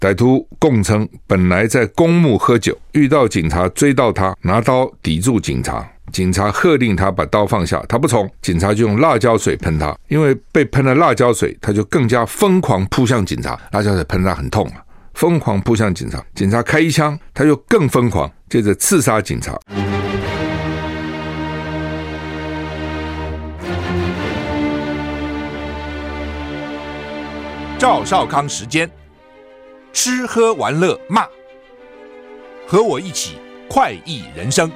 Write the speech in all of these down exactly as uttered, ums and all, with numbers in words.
歹徒供称，本来在公墓喝酒，遇到警察追到他，拿刀抵住警察。警察喝令他把刀放下，他不从，警察就用辣椒水喷他，因为被喷了辣椒水，他就更加疯狂扑向警察，辣椒水喷他很痛啊，疯狂扑向警察，警察开一枪，他就更疯狂，接着刺杀警察。 赵少康时间，吃喝玩乐骂，和我一起快意人生。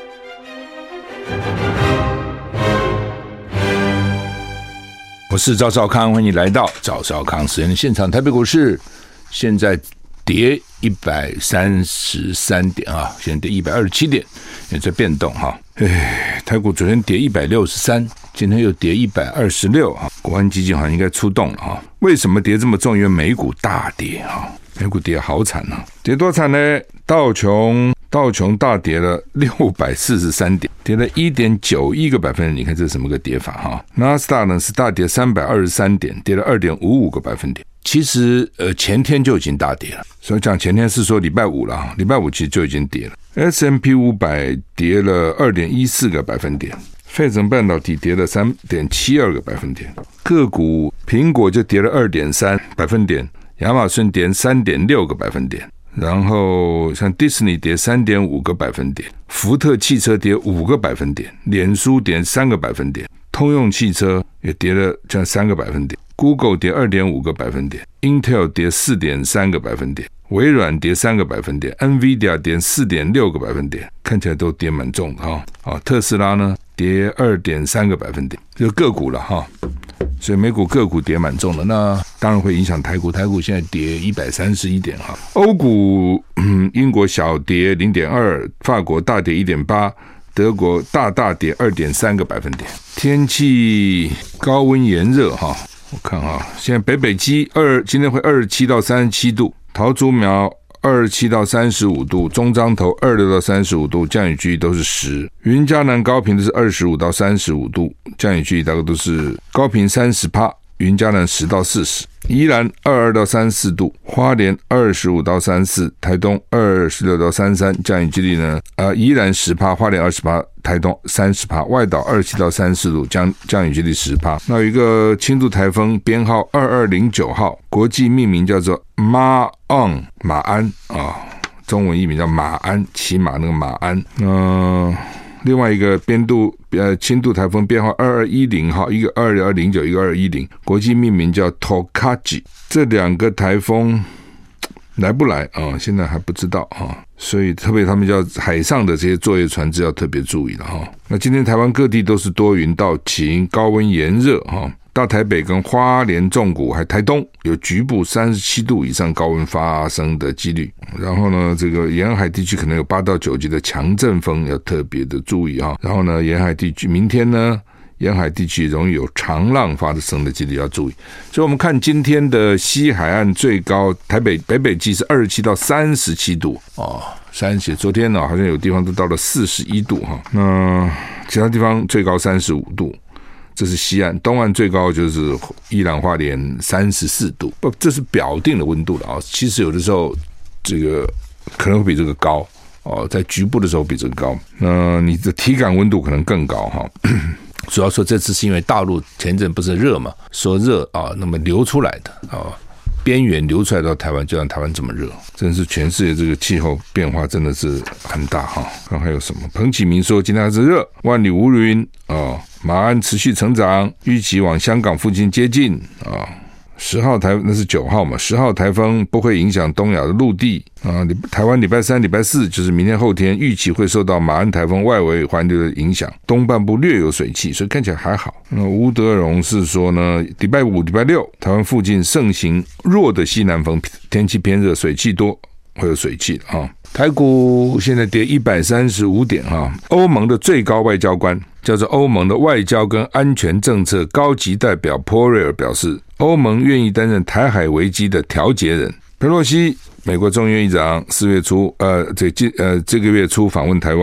我是赵少康，欢迎你来到赵少康时间的现场。台北股市现在跌一百三十三点啊，现在跌一百二十七点，也在变动哈。哎，台股昨天跌一百六十三，今天又跌一百二十六哈。国安基金好像应该出动了哈。为什么跌这么重？因为美股大跌哈，美股跌好惨啊，跌多惨呢？道琼道琼大跌了六百四十三点，跌了 一点九一 个百分点。你看这是什么个跌法哈？纳斯达克呢是大跌三百二十三点，跌了 二点五五 个百分点。其实呃前天就已经大跌了，所以讲前天是说礼拜五了，礼拜五其实就已经跌了。S and P 五百 跌了 二点一四 个百分点，费城半导体跌了 三点七二 个百分点，个股苹果就跌了 二点三 百分点，亚马逊跌 三点六 个百分点，然后像迪士尼跌 三点五 个百分点，福特汽车跌五个百分点，脸书跌三个百分点，通用汽车也跌了这样三个百分点， Google 跌 二点五 个百分点， Intel 跌 四点三 个百分点，微软跌三个百分点， Nvidia 跌 四点六 个百分点，看起来都跌蛮重的哈、哦。特斯拉呢跌 二点三 个百分点，就个股了哈。所以美股个股跌蛮重的，那当然会影响台股，台股现在跌一百三十一点哈。欧股、嗯、英国小跌 零点二， 法国大跌 一点八， 德国大大跌 二点三 个百分点。天气高温炎热哈，我看哈，现在北北基二今天会二十七到三十七度，桃竹苗二十七到三十五度，中彰投二十六到三十五度，降雨几率都是十。云嘉南高屏的是二十五到三十五度，降雨几率大概都是高屏 百分之三十， 云嘉南十到四十。宜兰二十二到三十四度，花莲二十五到三十四，台东二十六到三十三，降雨几率呢？呃，宜兰 百分之十， 花莲 百分之二十， 台东 百分之三十， 外岛二十七到三十四度，降降雨几率 百分之十。 那有一个轻度台风编号二二零九号，国际命名叫做马昂马鞍啊，中文译名叫马鞍，骑马那个马鞍。嗯、呃。另外一个编度呃轻度台风编号二二一零号，一个二二零九，一个二二一零，国际命名叫 Tokaji。这两个台风来不来啊、哦？现在还不知道啊、哦，所以特别他们叫海上的这些作业船只要特别注意了哈、哦。那今天台湾各地都是多云到晴，高温炎热哈。哦大台北跟花莲纵谷还台东有局部三十七度以上高温发生的几率，然后呢这个沿海地区可能有八到九级的强阵风，要特别的注意哈。然后呢沿海地区明天呢沿海地区容易有长浪发生的几率要注意。所以我们看今天的西海岸最高台北北北基是二十七到三十七度哦，三十七，昨天呢好像有地方都到了四十一度哈，那其他地方最高三十五度。这是西岸，东岸最高就是宜兰花莲三十四度，不，这是表定的温度了啊。其实有的时候这个可能会比这个高哦，在局部的时候比这个高，那你的体感温度可能更高哈。主要说这次是因为大陆前阵不是热嘛，说热啊，那么流出来的啊。边缘流出来到台湾，就让台湾这么热，真是全世界这个气候变化真的是很大哈。看还有什么？彭启明说今天还是热，万里无云啊，马鞍持续成长，预期往香港附近接近啊。十号台那是九号嘛，十号台风不会影响东亚的陆地啊。台湾礼拜三、礼拜四就是明天后天，预期会受到马鞍台风外围环流的影响，东半部略有水汽，所以看起来还好。那吴德荣是说呢，礼拜五、礼拜六台湾附近盛行弱的西南风，天气偏热，水汽多，会有水汽啊。台股现在跌一百三十五点啊。欧盟的最高外交官叫做欧盟的外交跟安全政策高级代表波瑞尔表示，欧盟愿意担任台海危机的调解人。佩洛西美国众议院议长四月初呃这呃这个月初访问台湾，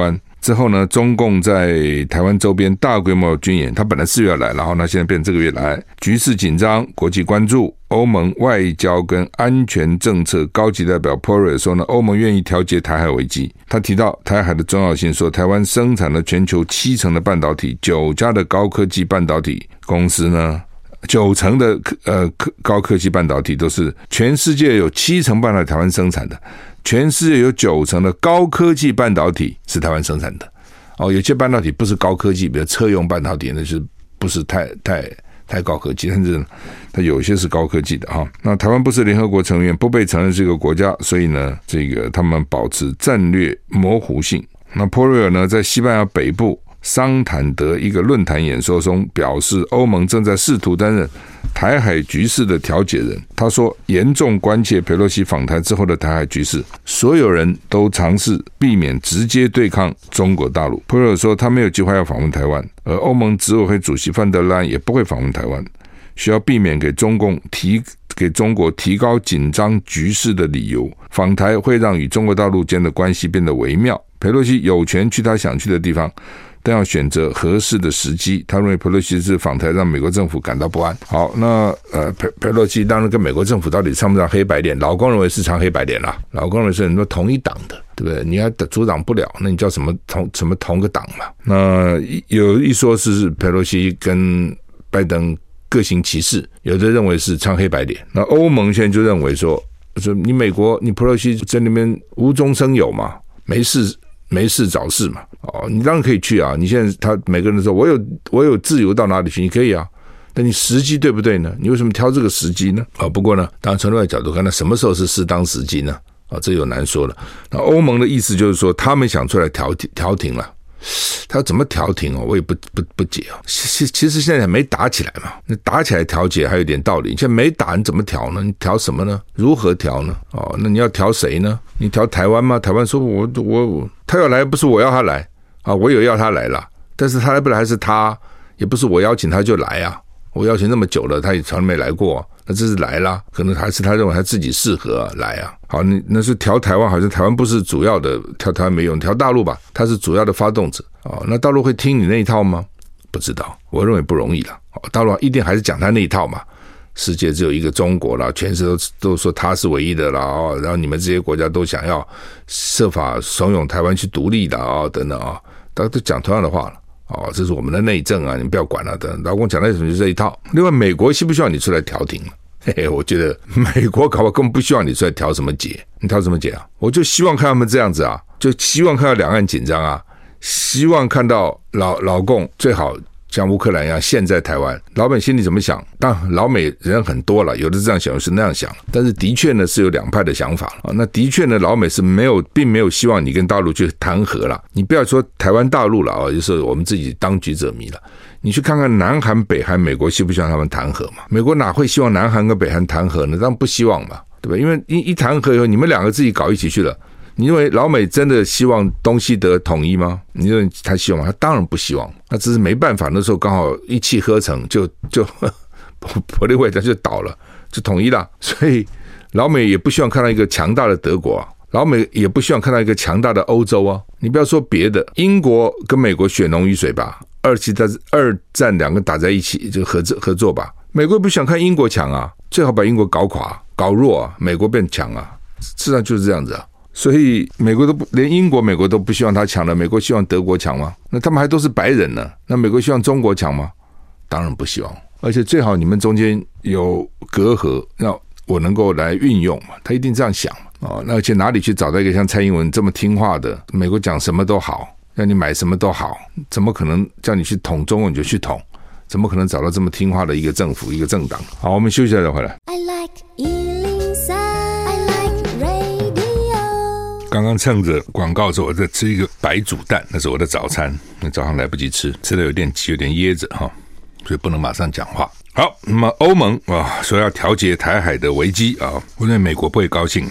之后呢，中共在台湾周边大规模军演，他本来四月要来，然后呢现在变成这个月来，局势紧张，国际关注。欧盟外交跟安全政策高级代表 Porrier 说呢，欧盟愿意调节台海危机。他提到台海的重要性，说台湾生产了全球七成的半导体，九家的高科技半导体公司呢，九成的呃高科技半导体都是全世界有七成半导体台湾生产的，全世界有九成的高科技半导体是台湾生产的。哦，有些半导体不是高科技，比如车用半导体，那就是不是太太。太高科技，但是它有些是高科技的哈。那台湾不是联合国成员，不被承认是一个国家，所以呢，这个他们保持战略模糊性。那波瑞尔呢，在西班牙北部桑坦德一个论坛演说中表示，欧盟正在试图担任台海局势的调解人。他说，严重关切裴洛西访台之后的台海局势，所有人都尝试避免直接对抗中国大陆。波瑞尔说，他没有计划要访问台湾，而欧盟执委会主席范德莱恩也不会访问台湾，需要避免给中共提给中国提高紧张局势的理由。访台会让与中国大陆间的关系变得微妙。裴洛西有权去他想去的地方，但要选择合适的时机。他认为裴洛西是访台让美国政府感到不安。好，那呃裴裴洛西当然跟美国政府到底唱不唱黑白脸？老公认为是唱黑白脸啦，老公认为是很多同一党的，对不对？你还阻挡不了，那你叫什么同什么同个党嘛？那有一说是裴洛西跟拜登各行其事，有的认为是唱黑白脸。那欧盟现在就认为说，说你美国你裴洛西在那边无中生有嘛，没事。没事找事嘛，哦，你当然可以去啊！你现在他每个人都说我有我有自由到哪里去，你可以啊，但你时机对不对呢？你为什么挑这个时机呢？啊、哦，不过呢，当然从另外角度看，那什么时候是适当时机呢？啊、哦，这有难说了。那欧盟的意思就是说，他们想出来调调停了。他要怎么调停哦？我也不不不解哦。其其实现在没打起来嘛，你打起来调解还有点道理。现在没打，你怎么调呢？你调什么呢？如何调呢？哦，那你要调谁呢？你调台湾吗？台湾说我我他要来，不是我要他来啊，我有要他来了，但是他来不来还是他，也不是我邀请他就来啊。我邀请那么久了，他也从来没来过、啊，那这是来啦，可能还是他认为他自己适合、啊、来啊。好，你那是调台湾，好像台湾不是主要的，调台湾没用，调大陆吧，他是主要的发动者哦。那大陆会听你那一套吗？不知道，我认为不容易了。哦，大陆一定还是讲他那一套嘛。世界只有一个中国啦，全世界 都, 都说他是唯一的啦、哦，然后你们这些国家都想要设法怂恿台湾去独立的啊、哦，等等啊，大家都讲同样的话了。哦，这是我们的内政啊，你们不要管了的。老公讲的什么就这一套。另外，美国需不需要你出来调停？嘿嘿，我觉得美国搞不好根本不希望你出来调什么解，你调什么解啊？我就希望看他们这样子啊，就希望看到两岸紧张啊，希望看到老老共最好像乌克兰一样陷在台湾。老美心里怎么想？当然老美人很多了，有的是这样想，有的是那样想，但是的确呢是有两派的想法啊。那的确呢，老美是没有，并没有希望你跟大陆去谈和了。你不要说台湾大陆了啊，就是我们自己当局者迷了。你去看看南韩、北韩，美国希不希望他们谈和嘛？美国哪会希望南韩跟北韩谈和呢？当然不希望嘛，对吧？因为一一谈和以后，你们两个自己搞一起去了。你认为老美真的希望东西德统一吗？你认为他希望吗？他当然不希望，那只是没办法。那时候刚好一气呵成，就就柏林会他就倒了，就统一了。所以老美也不希望看到一个强大的德国啊，老美也不希望看到一个强大的欧洲啊。你不要说别的，英国跟美国血浓于水吧，二期在二战两个打在一起就合作合作吧。美国不想看英国强啊，最好把英国搞垮、搞弱啊，美国变强啊。事实上就是这样子啊。所以美国都不，连英国美国都不希望他强了，美国希望德国强吗？那他们还都是白人呢，那美国希望中国强吗？当然不希望。而且最好你们中间有隔阂，那我能够来运用嘛，他一定这样想嘛。哦，那而且哪里去找到一个像蔡英文这么听话的，美国讲什么都好，让你买什么都好，怎么可能叫你去捅中国你就去捅？怎么可能找到这么听话的一个政府一个政党？好，我们休息一下再回来。 I like 一零三 I like radio。 刚刚趁着广告的时候，我在吃一个白煮蛋，那是我的早餐，那早上来不及吃，吃的有点急，有点噎着哈，所以不能马上讲话。好，那么欧盟啊说要调节台海的危机啊，我认为美国不会高兴哈。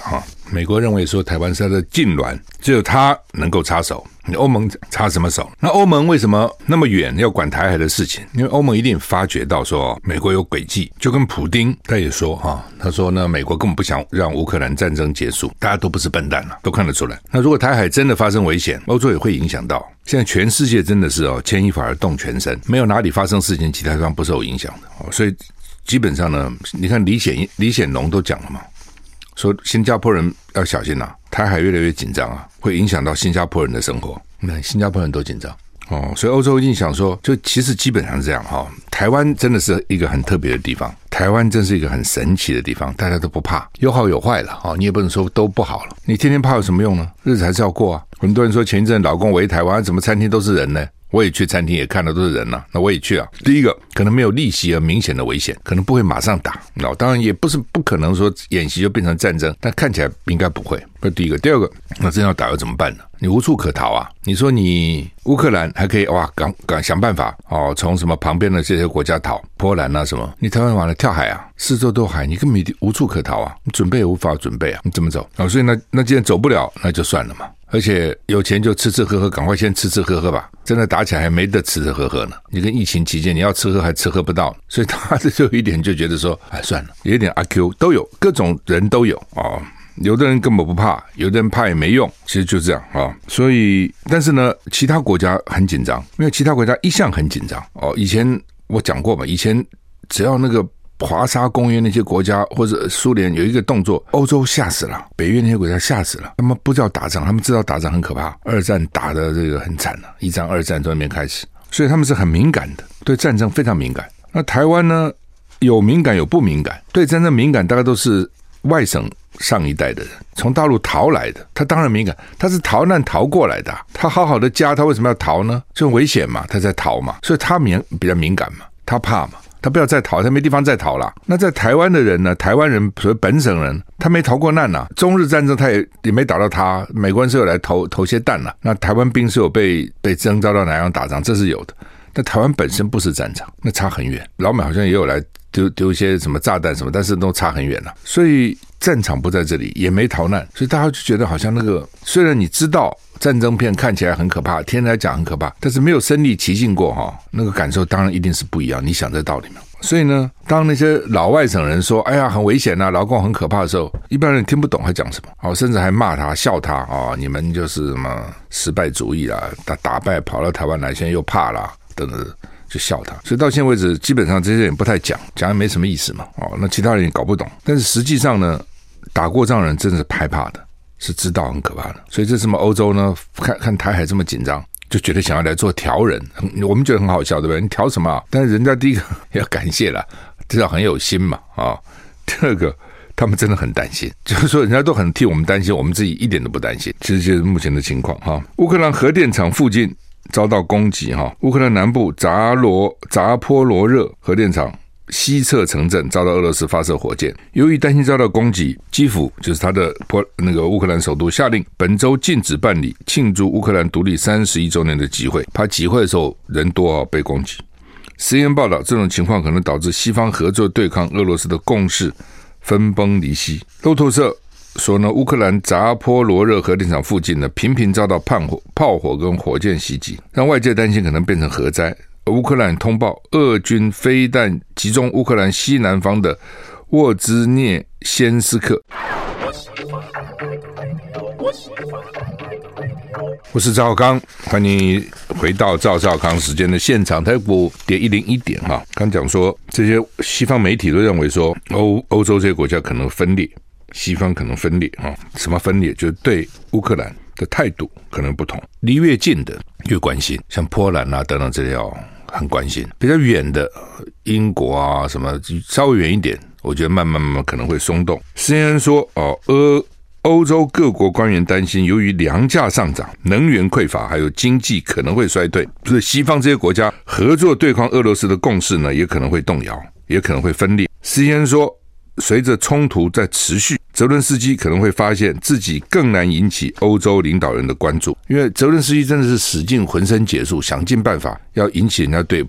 美国认为说台湾是他的近邻，只有他能够插手，欧盟插什么手？那欧盟为什么那么远要管台海的事情？因为欧盟一定发觉到说美国有诡计，就跟普丁他也说哈，他说呢，美国根本不想让乌克兰战争结束，大家都不是笨蛋了，都看得出来。那如果台海真的发生危险，欧洲也会影响到。现在全世界真的是哦，牵一发而动全身，没有哪里发生事情，其他地方不受影响的。哦，所以基本上呢，你看李显李显龙都讲了嘛，说新加坡人要小心啊，台海越来越紧张啊，会影响到新加坡人的生活。那新加坡人都紧张哦，所以欧洲一定想说，就其实基本上是这样哈、哦。台湾真的是一个很特别的地方，台湾真是一个很神奇的地方，大家都不怕，有好有坏了哈、哦，你也不能说都不好了。你天天怕有什么用呢？日子还是要过啊。很多人说前一阵老公围台湾，怎么餐厅都是人呢？我也去餐厅也看到都是人啊，那我也去啊。第一个可能没有立即而明显的危险，可能不会马上打，那当然也不是不可能说演习就变成战争，但看起来应该不会。这第一个，第二个，那真要打又怎么办呢？你无处可逃啊！你说你乌克兰还可以哇，赶赶想办法哦，从什么旁边的这些国家逃，波兰啊什么，你台湾完了跳海啊，四周都海，你根本无处可逃啊，你准备也无法准备啊，你怎么走啊、哦？所以那那既然走不了，那就算了嘛。而且有钱就吃吃喝喝，赶快先吃吃喝喝吧。真的打起来还没得吃吃喝喝呢。你跟疫情期间你要吃喝还吃喝不到，所以他这就有一点就觉得说，哎算了，有一点阿 Q 都有，各种人都有哦。有的人根本不怕，有的人怕也没用，其实就这样啊、哦。所以，但是呢，其他国家很紧张，因为其他国家一向很紧张哦。以前我讲过嘛，以前只要那个华沙公约那些国家或者苏联有一个动作，欧洲吓死了，北约那些国家吓死了，他们不知道打仗，他们知道打仗很可怕，二战打的这个很惨了，一战二战从那边开始，所以他们是很敏感的，对战争非常敏感。那台湾呢，有敏感有不敏感，对战争敏感大概都是外省上一代的人从大陆逃来的，他当然敏感，他是逃难逃过来的、啊，他好好的家他为什么要逃呢？就危险嘛，他在逃嘛，所以他敏比较敏感嘛，他怕嘛，他不要再逃，他没地方再逃了。那在台湾的人呢，台湾人所谓本省人，他没逃过难啊，中日战争他也也没打到他，美国人是有来投投些弹啊，那台湾兵是有被被征召到南洋打仗，这是有的。但台湾本身不是战场，那差很远。老美好像也有来丢丢一些什么炸弹什么，但是都差很远了。所以战场不在这里，也没逃难，所以大家就觉得好像那个，虽然你知道战争片看起来很可怕，天天来讲很可怕，但是没有身历其境过哈，那个感受当然一定是不一样。你想这道理吗？所以呢，当那些老外省人说哎呀很危险啊，劳工很可怕的时候，一般人听不懂他讲什么、哦、甚至还骂他笑他、哦、你们就是什么失败主义啦，打打败跑到台湾来，现在又怕啦等等，就笑他。所以到现在为止基本上这些人不太讲，讲也没什么意思嘛、哦、那其他人也搞不懂。但是实际上呢，打过仗的人真的是害怕的，是知道很可怕的。所以这什么欧洲呢，看看台海这么紧张，就觉得想要来做调人，我们觉得很好笑，对不对？你调什么、啊？但是人家第一个要感谢啦，至少很有心嘛啊。第二个，他们真的很担心，就是说人家都很替我们担心，我们自己一点都不担心。其实就是目前的情况哈。乌克兰核电厂附近遭到攻击哈，乌克兰南部扎罗扎波罗热核电厂西侧城镇遭到俄罗斯发射火箭，由于担心遭到攻击，基辅就是他的那个乌克兰首都下令本周禁止办理庆祝乌克兰独立三十一周年的集会，怕集会的时候人多、哦、被攻击。C N N 报道，这种情况可能导致西方合作对抗俄罗斯的共识分崩离析。路透社说呢，乌克兰扎波罗热核电厂附近呢频频遭到炮火、炮火跟火箭袭击，让外界担心可能变成核灾。乌克兰通报，俄军飞弹击中乌克兰西南方的沃兹涅先斯克。我是赵少康，欢迎回到赵少康时间的现场。台股跌一零一点哈，刚讲说这些西方媒体都认为说欧欧洲这些国家可能分裂，西方可能分裂哈，什么分裂？就是对乌克兰的态度可能不同，离越近的越关心，像波兰啊等等这些哦。很关心，比较远的英国啊什么稍微远一点，我觉得慢慢慢慢可能会松动。C N N 说哦，欧欧洲各国官员担心，由于粮价上涨、能源匮乏，还有经济可能会衰退，所以西方这些国家合作对抗俄罗斯的共识呢，也可能会动摇，也可能会分裂。C N N 说，随着冲突在持续，泽伦斯基可能会发现自己更难引起欧洲领导人的关注，因为泽伦斯基真的是使尽浑身解数，想尽办法要引起人家对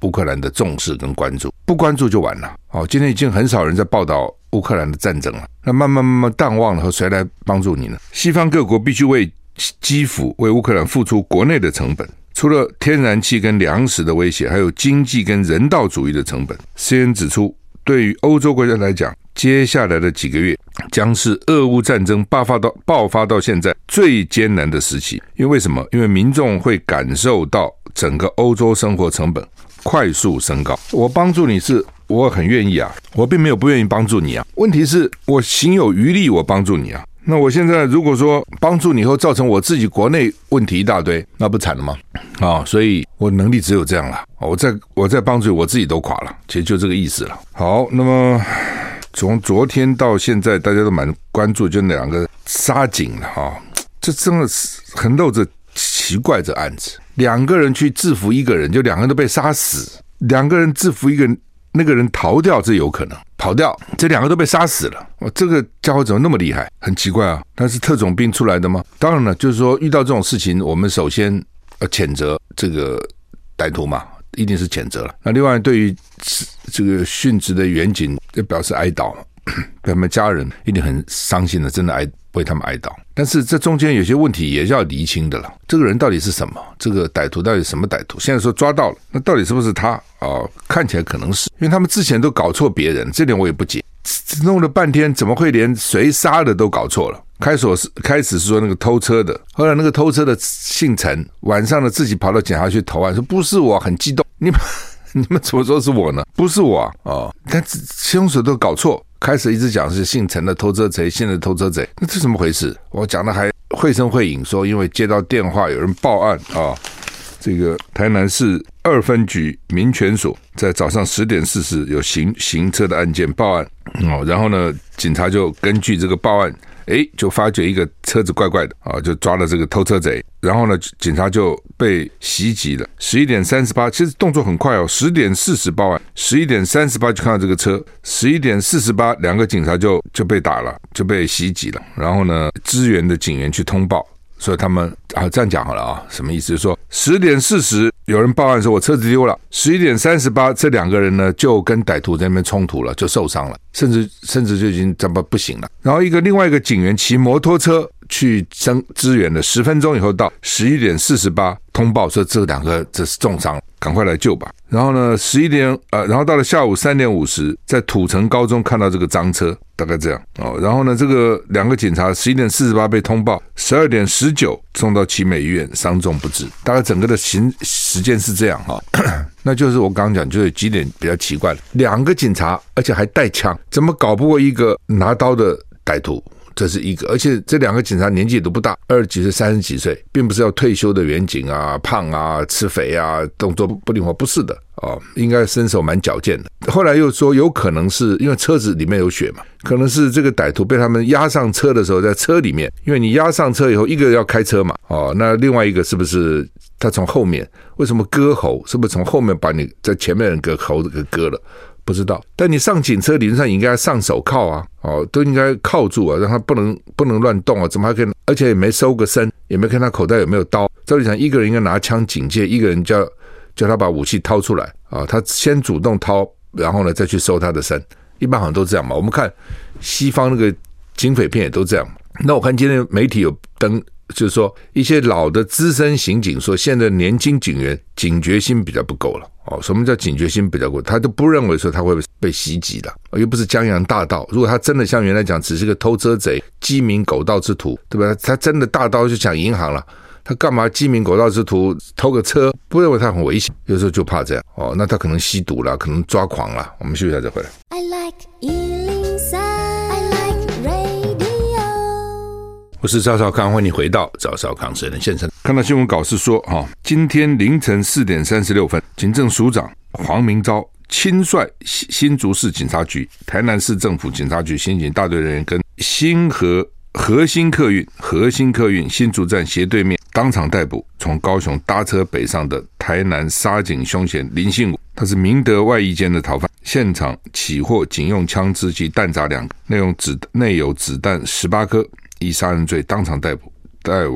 乌克兰的重视跟关注，不关注就完了。哦，今天已经很少人在报道乌克兰的战争了，那慢慢慢慢淡忘了，和谁来帮助你呢？西方各国必须为基辅、为乌克兰付出国内的成本，除了天然气跟粮食的威胁，还有经济跟人道主义的成本。C N N 指出，对于欧洲国家来讲，接下来的几个月将是俄乌战争爆发到爆发到现在最艰难的时期。因为为什么？因为民众会感受到整个欧洲生活成本快速升高。我帮助你是我很愿意啊，我并没有不愿意帮助你啊。问题是我行有余力，我帮助你啊。那我现在如果说帮助你以后造成我自己国内问题一大堆，那不惨了吗？啊、哦，所以我能力只有这样了。我再我再帮助我自己都垮了，其实就这个意思了。好，那么从昨天到现在，大家都蛮关注就那两个杀警了哈、哦，这真的是很露着奇怪这案子。两个人去制服一个人，就两个人都被杀死；两个人制服一个人，那个人逃掉，这有可能跑掉，这两个都被杀死了。哇，这个家伙怎么那么厉害？很奇怪啊！他是特种兵出来的吗？当然了，就是说遇到这种事情，我们首先要谴责这个歹徒嘛，一定是谴责了。那另外，对于这个殉职的远警，就表示哀悼嘛，他们家人一定很伤心的，真的哀为他们哀悼。但是这中间有些问题也是要厘清的了。这个人到底是什么？这个歹徒到底是什么歹徒？现在说抓到了，那到底是不是他啊、哦？看起来可能是，因为他们之前都搞错别人，这点我也不解。弄了半天，怎么会连谁杀的都搞错了？开始是开始是说那个偷车的，后来那个偷车的姓陈，晚上的自己跑到警察局投案，说不是我，很激动。你们你们怎么说是我呢？不是我啊！哦，但凶手都搞错。开始一直讲是姓陈的偷车贼，现在偷车贼，那这怎么回事？我讲的还绘声绘影，说因为接到电话有人报案啊、哦，这个台南市二分局民权所在早上十点四十有行行车的案件报案哦，然后呢，警察就根据这个报案，诶，就发觉一个车子怪怪的啊，就抓了这个偷车贼。然后呢，警察就被袭击了。十一点三十八，其实动作很快哦。十点四十报案，十一点三十八就看到这个车，十一点四十八两个警察就就被打了，就被袭击了。然后呢，支援的警员去通报，所以他们啊这样讲好了啊，什么意思？就是说十点四十有人报案说我车子丢了，十一点三十八这两个人呢就跟歹徒在那边冲突了，就受伤了，甚至甚至就已经这么不行了。然后一个另外一个警员骑摩托车去支援了，十分钟以后到十一点四十八通报说这两个这是重伤，赶快来救吧。然后呢，十一点呃，然后到了下午三点五十，在土城高中看到这个赃车，大概这样哦。然后呢，这个两个警察十一点四十八被通报，十二点十九送到奇美医院，伤重不治。大概整个的行时间是这样哈、哦，那就是我刚刚讲，就是几点比较奇怪了，两个警察而且还带枪，怎么搞不过一个拿刀的歹徒？这是一个，而且这两个警察年纪也都不大，二十几岁、三十几岁，并不是要退休的远警啊、胖啊、吃肥啊、动作不灵活，不是的哦，应该身手蛮矫健的。后来又说有可能是因为车子里面有血嘛，可能是这个歹徒被他们押上车的时候，在车里面，因为你押上车以后，一个要开车嘛，哦，那另外一个是不是他从后面？为什么割喉？是不是从后面把你在前面人割喉给割了？不知道，但你上警车理论上应该上手铐啊，哦，都应该铐住啊，让他不能不能乱动啊，怎么还可以？而且也没搜个身，也没看他口袋有没有刀。照理讲，一个人应该拿枪警戒，一个人叫叫他把武器掏出来啊，他先主动掏，然后呢再去搜他的身。一般好像都这样嘛。我们看西方那个警匪片也都这样。那我看今天媒体有登。就是说一些老的资深刑警说现在年轻警员警觉心比较不够了哦，什么叫警觉心比较够？他都不认为说他会被袭击的，又不是江洋大盗。如果他真的像原来讲只是个偷车贼、鸡鸣狗盗之徒，对吧？他真的大刀就抢银行了，他干嘛鸡鸣狗盗之徒偷个车？不认为他很危险，有时候就怕这样哦。那他可能吸毒了，可能抓狂了。我们休息一下再回来。 I like 一零三 I like radio。 我是赵少康，欢迎你回到赵少康私人现场。看到新闻稿是说，哈，今天凌晨四点三十六分，警政署长黄明昭亲率新竹市警察局、台南市政府警察局刑警大队人员跟新和核心客运、核心客运新竹站斜对面当场逮捕从高雄搭车北上的台南杀警凶嫌林信武，他是明德外役间的逃犯。现场起获警用枪支及弹夹两个，内容子内有子弹十八颗。以杀人罪当场逮捕，带往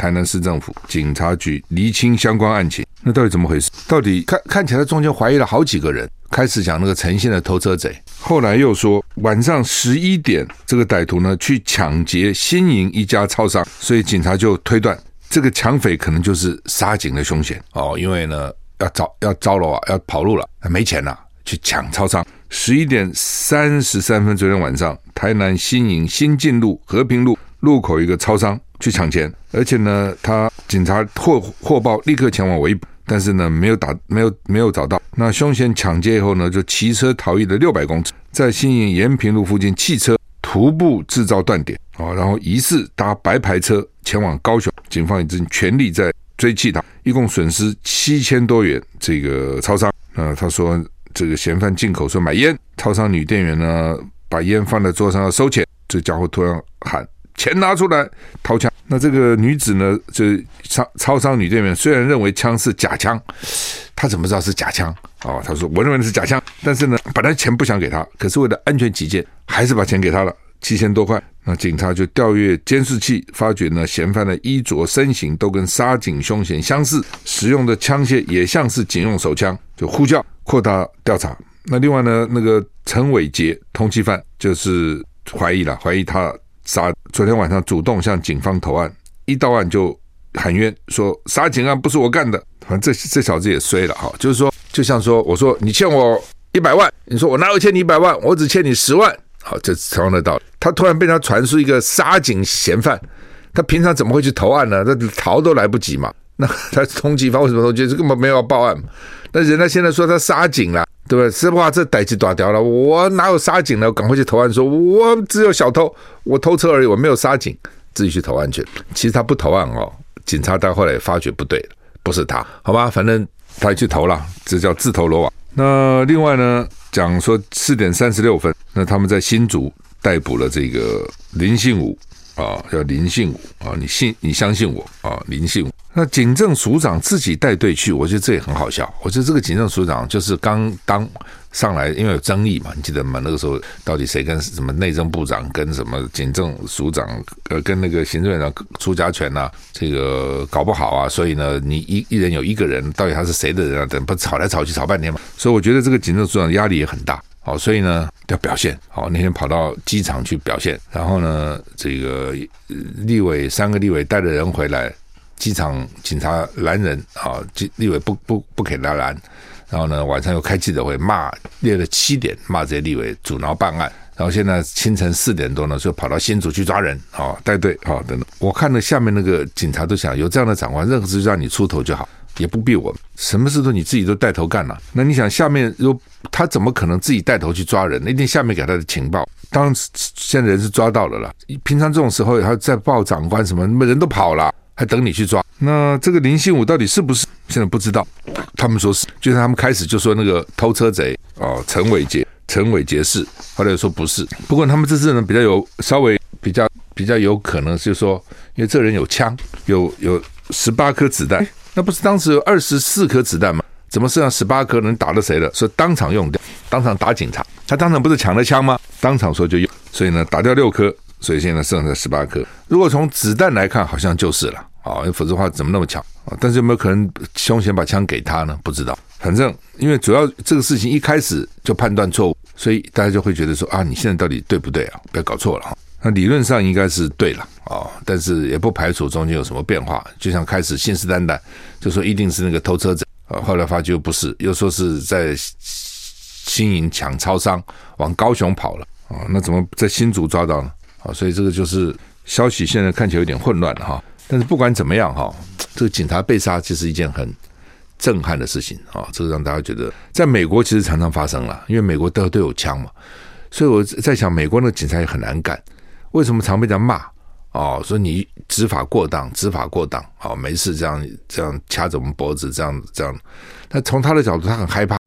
台南市政府警察局厘清相关案情。那到底怎么回事？到底看看起来中间怀疑了好几个人，开始讲那个陈姓的偷车贼，后来又说晚上十一点这个歹徒呢去抢劫新营一家超商，所以警察就推断这个抢匪可能就是杀警的凶嫌哦，因为呢要招要招了啊，要跑路了，没钱了，去抢超商。十一点三十三分，昨天晚上，台南新营新进路和平路路口一个超商去抢钱，而且呢，他警察获获报，立刻前往围捕，但是呢，没有打，没有没有找到。那凶嫌抢劫以后呢，就骑车逃逸了六百公尺，在新营延平路附近汽车徒步制造断点啊，然后疑似搭白牌车前往高雄，警方已经全力在追缉他，一共损失七千多元。这个超商，那他说。这个嫌犯进口说买烟，超商女店员呢把烟放在桌上要收钱，这家伙突然喊钱拿出来，掏枪。那这个女子呢，这超超商女店员虽然认为枪是假枪，她怎么知道是假枪？哦，她说我认为是假枪，但是呢，本来钱不想给她，可是为了安全起见，还是把钱给她了，七千多块。那警察就调阅监视器，发觉呢嫌犯的衣着身形都跟杀警凶嫌相似，使用的枪械也像是警用手枪，就呼叫。扩大调查。那另外呢，那个陈伟杰通缉犯就是怀疑了，怀疑他杀，昨天晚上主动向警方投案，一到案就喊冤，说杀警案不是我干的。反正这这小子也衰了哈，就是说，就像说，我说你欠我一百万，你说我哪有欠你一百万，我只欠你十万，好，这是同样的道理。他突然被他传出一个杀警嫌犯，他平常怎么会去投案呢？他逃都来不及嘛。那他通缉犯为什么通缉？这根本没有要报案嘛。那人家现在说他杀警了，对不对？实话这逮起大条了，我哪有杀警了？我赶快去投案说，我只有小偷，我偷车而已，我没有杀警，自己去投案去。其实他不投案哦，警察到后来也发觉不对了，不是他，好吧？反正他也去投了，这叫自投罗网。那另外呢，讲说四点三十六分，那他们在新竹逮捕了这个林信武啊，叫林信武啊，你信你相信我啊，林信武。那警政署长自己带队去，我觉得这也很好笑。我觉得这个警政署长就是刚当上来，因为有争议嘛，你记得吗？那个时候到底谁跟什么内政部长跟什么警政署长呃跟那个行政院长出家权啊，这个搞不好啊，所以呢，你一一人有一个人，到底他是谁的人啊？等不吵来吵去吵半天嘛。所以我觉得这个警政署长压力也很大。好，所以呢要表现好。那天跑到机场去表现，然后呢，这个立委三个立委带着人回来。机场警察拦人啊，立委不不不给他拦，然后呢晚上又开记者会骂，列了七点骂这些立委阻挠办案，然后现在清晨四点多呢就跑到新竹去抓人啊，带队啊等等。我看了下面那个警察都想，有这样的长官，任何事让你出头就好，也不必我，什么事都你自己都带头干了。那你想下面如他怎么可能自己带头去抓人？一定下面给他的情报。当然现在人是抓到了啦，平常这种时候他在报长官什么，人都跑了。还等你去抓。那这个林信武到底是不是？现在不知道。他们说是，就是他们开始就说那个偷车贼哦，陈伟杰，陈伟杰是，后来又说不是。不过他们这次呢比较有稍微比较比较有可能，就是说，因为这人有枪，有有十八颗子弹，那不是当时有二十四颗子弹吗？怎么剩下十八颗？能打到谁了？说当场用掉，当场打警察。他当场不是抢了枪吗？当场说就用，所以呢打掉六颗。所以现在剩下十八颗。如果从子弹来看，好像就是了啊，否则的话怎么那么巧啊？但是有没有可能凶嫌把枪给他呢？不知道。反正因为主要这个事情一开始就判断错误，所以大家就会觉得说啊，你现在到底对不对啊？不要搞错了哈。那理论上应该是对了啊，但是也不排除中间有什么变化。就像开始信誓旦旦就说一定是那个偷车贼啊，后来发觉不是，又说是在新营抢超商往高雄跑了啊，那怎么在新竹抓到呢？啊，所以这个就是消息现在看起来有点混乱了哈。但是不管怎么样哈，这个警察被杀其实一件很震撼的事情啊，这个让大家觉得，在美国其实常常发生了，因为美国都都有枪嘛，所以我在想，美国那个警察也很难干，为什么常被人家骂哦？说你执法过当，执法过当，哦，没事这样这样掐着我们脖子，这样这样。但从他的角度，他很害怕。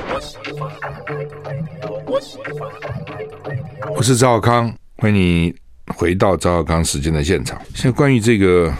我是赵少康，欢迎你回到赵少康时间的现场。现在关于这个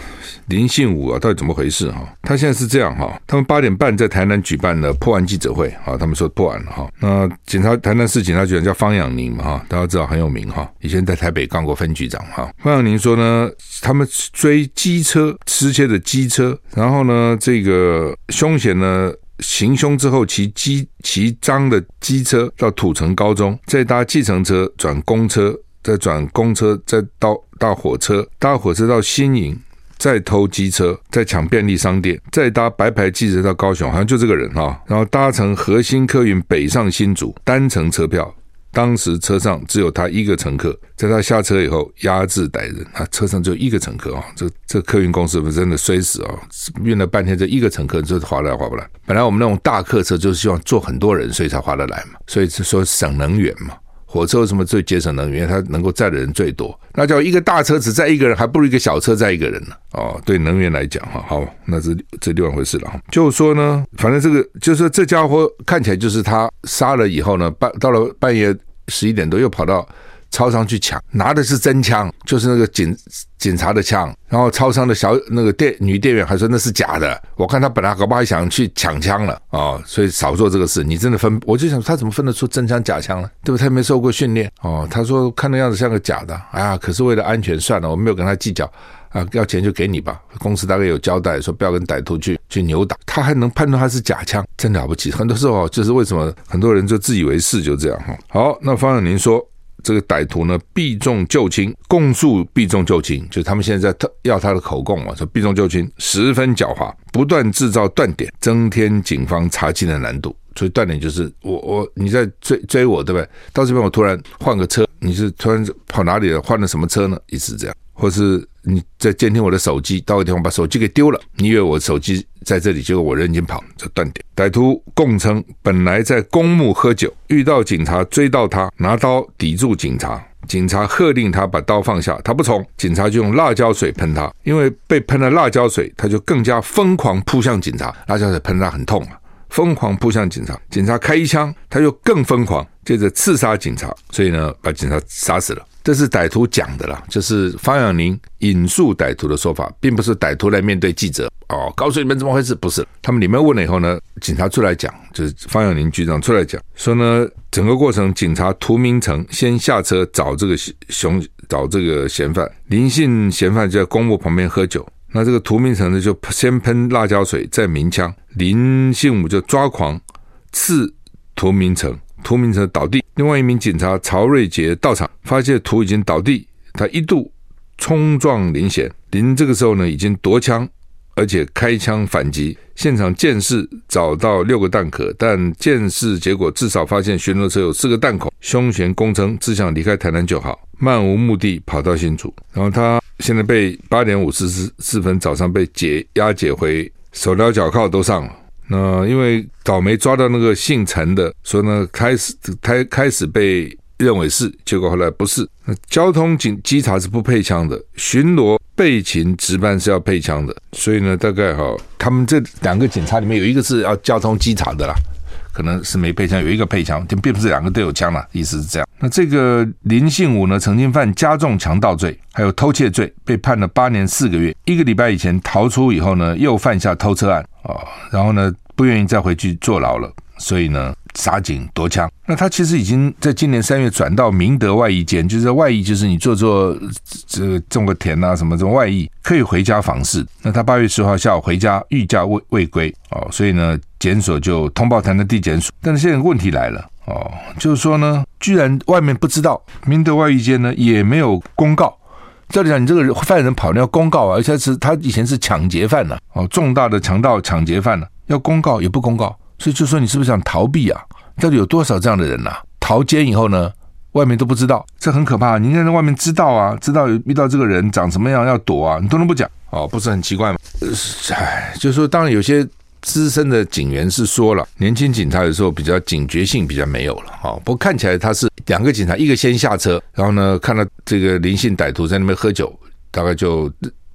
林信武啊，到底怎么回事哈？他现在是这样哈，他们八点半在台南举办了破案记者会啊，他们说破案了哈。那警察台南市警察局长叫方养宁嘛哈，大家知道很有名哈，以前在台北当过分局长哈。方养宁说呢，他们追机车失窃的机车，然后呢，这个凶嫌呢行凶之后骑机骑赃的机车到土城高中，再搭计程车转公车，再转公车再到搭火车，搭火车到新营。再偷机车，再抢便利商店，再搭白牌计程到高雄，好像就这个人哈。然后搭乘核心客运北上新竹单程车票，当时车上只有他一个乘客，在他下车以后压制歹人，他车上只有一个乘客啊，这这客运公司真的衰死啊！运了半天，这一个乘客就划来划不来。本来我们那种大客车就是希望坐很多人，所以才划得来嘛，所以是说省能源嘛。火车为什么最节省能源？它能够载的人最多。那叫一个大车只载一个人，还不如一个小车载一个人呢。哦，对能源来讲哈，好，那是这另外一回事了。就是说呢，反正这个就是说这家伙看起来就是他杀了以后呢，半到了半夜十一点多又跑到超商去抢，拿的是真枪，就是那个警警察的枪。然后超商的小那个店女店员还说那是假的，我看他本来搞不好还想去抢枪了哦，所以少做这个事。你真的分，我就想他怎么分得出真枪假枪呢？对不对？他没受过训练哦。他说看那样子像个假的，哎呀，可是为了安全算了，我没有跟他计较啊，要钱就给你吧。公司大概有交代说不要跟歹徒去去扭打，他还能判断他是假枪，真了不起。很多时候就是为什么很多人就自以为是，就这样哈。好，那方养宁说。这个歹徒呢避重就轻，供述避重就轻，就是他们现在在要他的口供嘛，说避重就轻，十分狡猾，不断制造断点，增添警方查缉的难度。所以断点就是我我你在追追我，对不对？到这边我突然换个车，你是突然跑哪里了？换了什么车呢？一直这样，或是你在监听我的手机，到个地方把手机给丢了，你以为我手机在这里，结果我人已经跑，这断点。歹徒供称，本来在公墓喝酒，遇到警察追到他，拿刀抵住警察，警察喝令他把刀放下，他不从，警察就用辣椒水喷他，因为被喷了辣椒水，他就更加疯狂扑向警察，辣椒水喷他很痛啊。疯狂扑向警察，警察开一枪，他又更疯狂，接着刺杀警察，所以呢，把警察杀死了。这是歹徒讲的啦，就是方养宁引述歹徒的说法，并不是歹徒来面对记者哦，告诉你们怎么回事，不是。他们里面问了以后呢，警察出来讲，就是方养宁局长出来讲，说呢，整个过程警察涂明成先下车找这个熊，找这个嫌犯，林姓嫌犯就在公墓旁边喝酒。那这个涂明成呢，就先喷辣椒水，再鸣枪，林信武就抓狂刺涂明成，涂明成倒地。另外一名警察曹瑞杰到场，发现涂已经倒地，他一度冲撞林嫌，林这个时候呢已经夺枪，而且开枪反击。现场鉴识找到六个弹壳，但鉴识结果至少发现巡逻车有四个弹孔。凶嫌供称只想离开台南就好，漫无目的跑到新竹，然后他现在被八点五十四分早上被解押解回，手镣脚铐都上了。那因为倒霉抓到那个姓陈的，所以呢开始开开始被认为是，结果后来不是。那交通警稽查是不配枪的，巡逻备勤值班是要配枪的，所以呢大概哈，他们这两个警察里面有一个是要交通稽查的啦，可能是没配枪，有一个配枪，并不是两个都有枪啦，意思是这样。那这个林信武呢，曾经犯加重强盗罪，还有偷窃罪，被判了八年四个月。一个礼拜以前逃出以后呢，又犯下偷车案哦，然后呢不愿意再回去坐牢了，所以呢杀警夺枪。那他其实已经在今年三月转到明德外役监，就是外役就是你做做这个种个田啊什么这种外役可以回家访视。那他八月十号下午回家御驾未未归哦，所以呢检所就通报台南地检署。但是现在问题来了哦，就是说呢，居然外面不知道，明德外役监呢也没有公告。照理讲，你这个犯人跑，你要公告啊，而且是他以前是抢劫犯呢、啊，哦，重大的强盗抢劫犯呢、啊，要公告也不公告，所以就说你是不是想逃避啊？到底有多少这样的人啊？逃监以后呢，外面都不知道，这很可怕。你应该在外面知道啊，知道遇到这个人长什么样要躲啊，你都能不讲哦，不是很奇怪吗？唉，就是说，当然有些资深的警员是说了，年轻警察有时候比较警觉性比较没有了哦。不过看起来他是两个警察，一个先下车，然后呢看到这个林姓歹徒在那边喝酒，大概就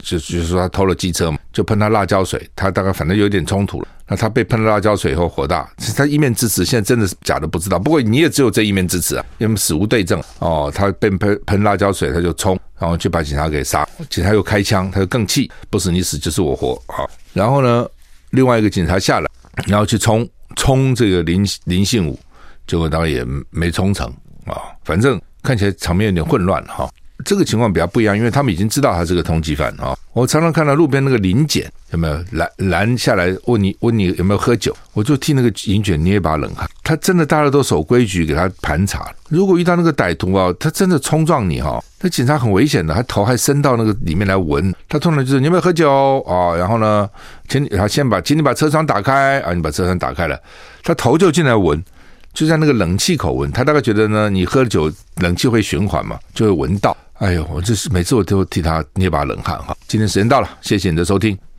就就是说他偷了机车嘛，就喷他辣椒水，他大概反正有点冲突了。那他被喷了辣椒水以后火大，其实他一面之词，现在真的是假的不知道。不过你也只有这一面之词啊，因为死无对证哦。他被喷喷辣椒水，他就冲，然后就把警察给杀，警察又开枪，他就更气，不是你死就是我活啊。然后呢，另外一个警察下来，然后去冲冲这个林林信武，结果当然也没冲成啊。反正看起来场面有点混乱哈。这个情况比较不一样，因为他们已经知道他是个通缉犯啊。我常常看到路边那个临检有没有拦拦下来问你问你有没有喝酒，我就替那个营卷捏一把冷汗。他真的大家都守规矩，给他盘查。如果遇到那个歹徒啊，他真的冲撞你哈，那警察很危险的，他头还伸到那个里面来闻。他通常就是你有没有喝酒啊？然后呢，请他先把请你把车窗打开啊，你把车窗打开了，他头就进来闻。就在那个冷气口闻，他大概觉得呢，你喝酒冷气会循环嘛，就会闻到。哎呦，我这是每次我都替他捏把冷汗哈。今天时间到了，谢谢你的收听。